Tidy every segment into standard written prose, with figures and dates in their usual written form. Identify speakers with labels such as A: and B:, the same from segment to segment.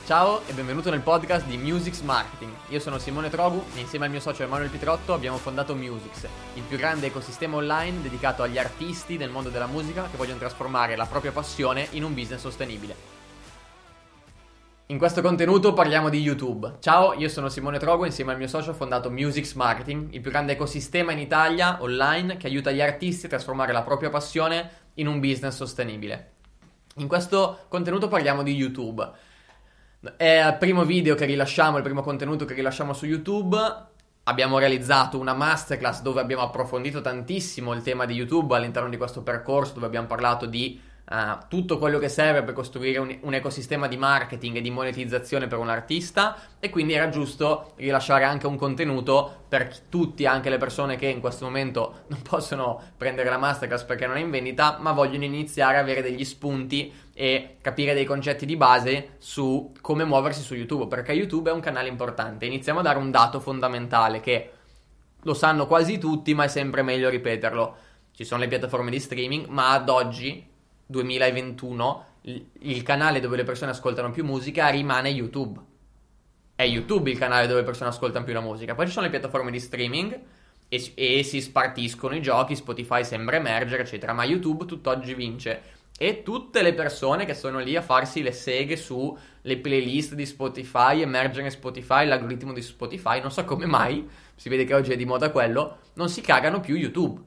A: Ciao e benvenuto nel podcast di Musics Marketing. Io sono Simone Trogu e insieme al mio socio Emanuele Pitrotto abbiamo fondato Musics, il più grande ecosistema online dedicato agli artisti del mondo della musica che vogliono trasformare la propria passione in un business sostenibile. In questo contenuto parliamo di YouTube. Ciao, io sono Simone Trogu e insieme al mio socio ho fondato Musics Marketing, il più grande ecosistema in Italia online che aiuta gli artisti a trasformare la propria passione in un business sostenibile. In questo contenuto parliamo di YouTube. È il primo video che rilasciamo, il primo contenuto che rilasciamo su YouTube. Abbiamo realizzato una masterclass dove abbiamo approfondito tantissimo il tema di YouTube all'interno di questo percorso, dove abbiamo parlato di tutto quello che serve per costruire un ecosistema di marketing e di monetizzazione per un artista, e quindi era giusto rilasciare anche un contenuto per tutti, anche le persone che in questo momento non possono prendere la masterclass perché non è in vendita, ma vogliono iniziare a avere degli spunti e capire dei concetti di base su come muoversi su YouTube, perché YouTube è un canale importante. Iniziamo a dare un dato fondamentale che lo sanno quasi tutti, ma è sempre meglio ripeterlo. Ci sono le piattaforme di streaming, ma ad oggi 2021 il canale dove le persone ascoltano più musica rimane YouTube. È YouTube il canale dove le persone ascoltano più la musica. Poi ci sono le piattaforme di streaming e si spartiscono i giochi, Spotify sembra emergere eccetera, ma YouTube tutt'oggi vince. E tutte le persone che sono lì a farsi le seghe sulle playlist di Spotify, emergere Spotify, l'algoritmo di Spotify, non so come mai, si vede che oggi è di moda quello, non si cagano più YouTube.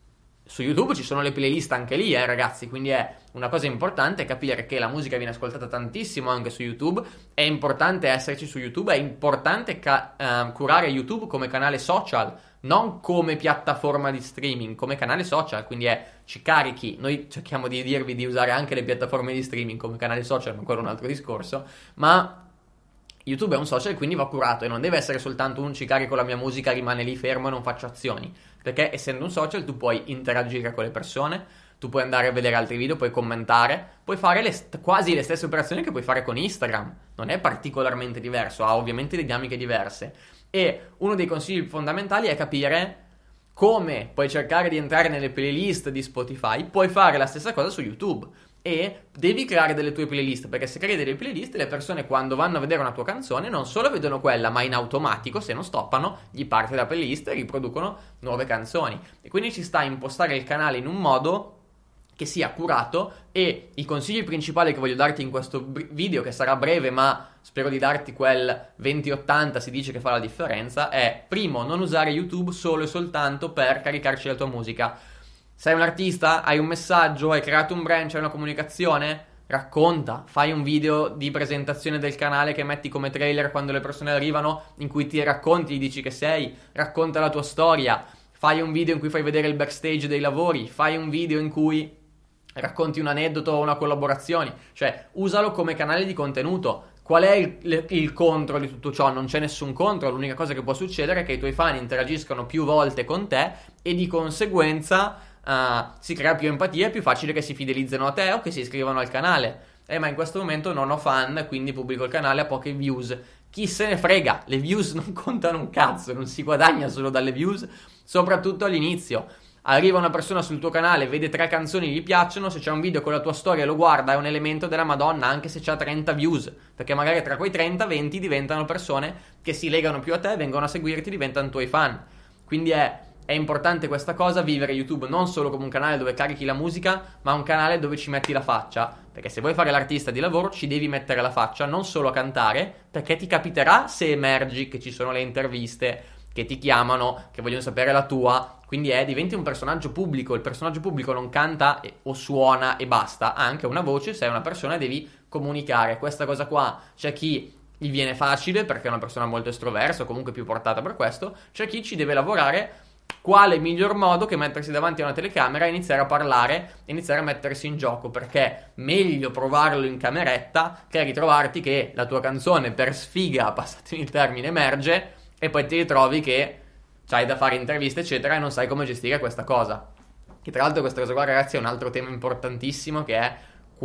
A: Su YouTube ci sono le playlist anche lì, ragazzi, quindi è una cosa importante capire che la musica viene ascoltata tantissimo anche su YouTube, è importante esserci su YouTube, è importante curare YouTube come canale social, non come piattaforma di streaming, come canale social, quindi ci carichi. Noi cerchiamo di dirvi di usare anche le piattaforme di streaming come canale social, ma quello è un altro discorso, ma YouTube è un social, quindi va curato e non deve essere soltanto un ci carico la mia musica, rimane lì fermo e non faccio azioni, perché essendo un social tu puoi interagire con le persone, tu puoi andare a vedere altri video, puoi commentare, puoi fare quasi le stesse operazioni che puoi fare con Instagram, non è particolarmente diverso, ha ovviamente dinamiche diverse. E uno dei consigli fondamentali è capire come puoi cercare di entrare nelle playlist di Spotify, puoi fare la stessa cosa su YouTube. E devi creare delle tue playlist, perché se crei delle playlist le persone quando vanno a vedere una tua canzone non solo vedono quella, ma in automatico, se non stoppano, gli parte la playlist e riproducono nuove canzoni. E quindi ci sta a impostare il canale in un modo che sia curato. E i consigli principali che voglio darti in questo video, che sarà breve ma spero di darti quel 20-80 si dice che fa la differenza, è: primo, non usare YouTube solo e soltanto per caricarci la tua musica. Sei un artista, hai un messaggio, hai creato un brand, c'è una comunicazione, racconta, fai un video di presentazione del canale che metti come trailer quando le persone arrivano, in cui ti racconti, gli dici che sei, racconta la tua storia, fai un video in cui fai vedere il backstage dei lavori, fai un video in cui racconti un aneddoto o una collaborazione, cioè usalo come canale di contenuto. Qual è il contro di tutto ciò? Non c'è nessun contro, l'unica cosa che può succedere è che i tuoi fan interagiscono più volte con te e di conseguenza si crea più empatia, è più facile che si fidelizzino a te o che si iscrivano al canale. Ma in questo momento non ho fan, quindi pubblico il canale a poche views. Chi se ne frega, le views non contano un cazzo, non si guadagna solo dalle views, soprattutto all'inizio. Arriva una persona sul tuo canale, vede 3 canzoni, gli piacciono, se c'è un video con la tua storia e lo guarda, è un elemento della Madonna, anche se c'ha 30 views, perché magari tra quei 30, 20 diventano persone che si legano più a te, vengono a seguirti, diventano tuoi fan. Quindi è importante questa cosa, vivere YouTube non solo come un canale dove carichi la musica, ma un canale dove ci metti la faccia, perché se vuoi fare l'artista di lavoro ci devi mettere la faccia, non solo a cantare, perché ti capiterà se emergi che ci sono le interviste, che ti chiamano, che vogliono sapere la tua, quindi diventi un personaggio pubblico. Il personaggio pubblico non canta o suona e basta, ha anche una voce, sei una persona e devi comunicare. Questa cosa qua c'è chi gli viene facile perché è una persona molto estroversa o comunque più portata per questo, c'è chi ci deve lavorare. Quale miglior modo che mettersi davanti a una telecamera e iniziare a parlare, iniziare a mettersi in gioco, perché meglio provarlo in cameretta che ritrovarti che la tua canzone per sfiga, passatemi il termine, emerge e poi ti ritrovi che c'hai da fare interviste eccetera e non sai come gestire questa cosa. Che tra l'altro questa cosa qua, ragazzi, è un altro tema importantissimo, che è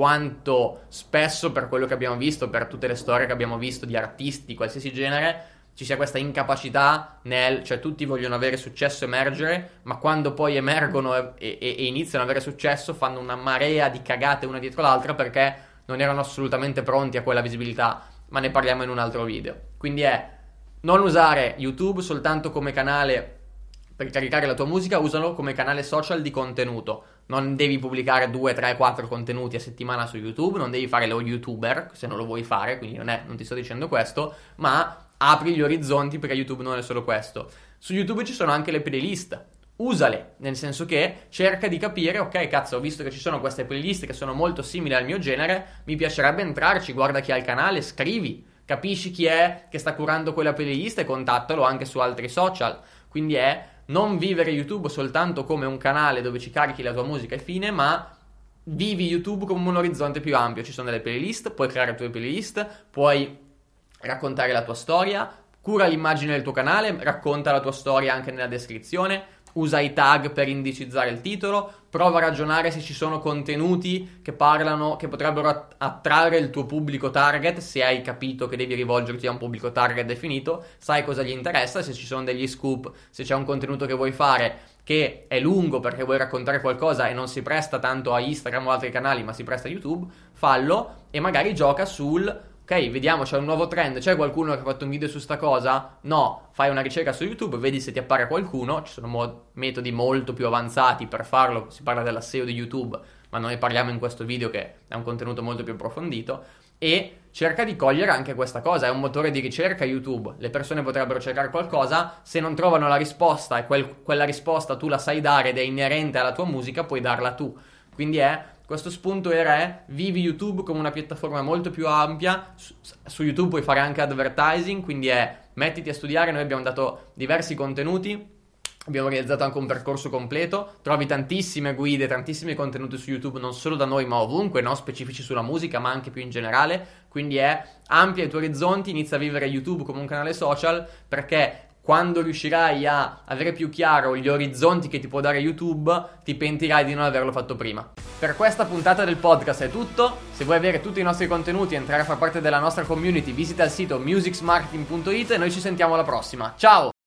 A: quanto spesso, per quello che abbiamo visto, per tutte le storie che abbiamo visto di artisti di qualsiasi genere, ci sia questa incapacità cioè tutti vogliono avere successo, emergere, ma quando poi emergono e iniziano ad avere successo fanno una marea di cagate una dietro l'altra perché non erano assolutamente pronti a quella visibilità. ma ne parliamo in un altro video. Quindi è non usare YouTube soltanto come canale per caricare la tua musica, usalo come canale social di contenuto. Non devi pubblicare 2, 3, 4 contenuti a settimana su YouTube, non devi fare lo YouTuber se non lo vuoi fare, quindi non ti sto dicendo questo, ma apri gli orizzonti perché YouTube non è solo questo. Su YouTube ci sono anche le playlist. Usale, nel senso che cerca di capire, ok cazzo, ho visto che ci sono queste playlist che sono molto simili al mio genere, mi piacerebbe entrarci, guarda chi ha il canale, scrivi, capisci chi è che sta curando quella playlist e contattalo anche su altri social. Quindi è non vivere YouTube soltanto come un canale dove ci carichi la tua musica e fine, ma vivi YouTube come un orizzonte più ampio. Ci sono delle playlist, puoi creare le tue playlist, puoi raccontare la tua storia, cura l'immagine del tuo canale, racconta la tua storia anche nella descrizione, usa i tag per indicizzare il titolo, prova a ragionare se ci sono contenuti che parlano, che potrebbero attrarre il tuo pubblico target, se hai capito che devi rivolgerti a un pubblico target definito, sai cosa gli interessa, se ci sono degli scoop, se c'è un contenuto che vuoi fare che è lungo perché vuoi raccontare qualcosa e non si presta tanto a Instagram o altri canali ma si presta a YouTube, fallo e magari gioca sul ok, vediamo, c'è un nuovo trend, c'è qualcuno che ha fatto un video su sta cosa? No, fai una ricerca su YouTube, vedi se ti appare qualcuno, ci sono metodi molto più avanzati per farlo, si parla della SEO di YouTube, ma noi parliamo in questo video che è un contenuto molto più approfondito, e cerca di cogliere anche questa cosa, è un motore di ricerca YouTube, le persone potrebbero cercare qualcosa, se non trovano la risposta e quella risposta tu la sai dare ed è inerente alla tua musica, puoi darla tu, quindi questo spunto era vivi YouTube come una piattaforma molto più ampia, su YouTube puoi fare anche advertising, quindi mettiti a studiare, noi abbiamo dato diversi contenuti, abbiamo realizzato anche un percorso completo, trovi tantissime guide, tantissimi contenuti su YouTube, non solo da noi ma ovunque, no? Specifici sulla musica ma anche più in generale, quindi amplia i tuoi orizzonti, inizia a vivere YouTube come un canale social perché quando riuscirai a avere più chiaro gli orizzonti che ti può dare YouTube, ti pentirai di non averlo fatto prima. Per questa puntata del podcast è tutto. Se vuoi avere tutti i nostri contenuti e entrare a far parte della nostra community, visita il sito musicsmarketing.it e noi ci sentiamo alla prossima. Ciao!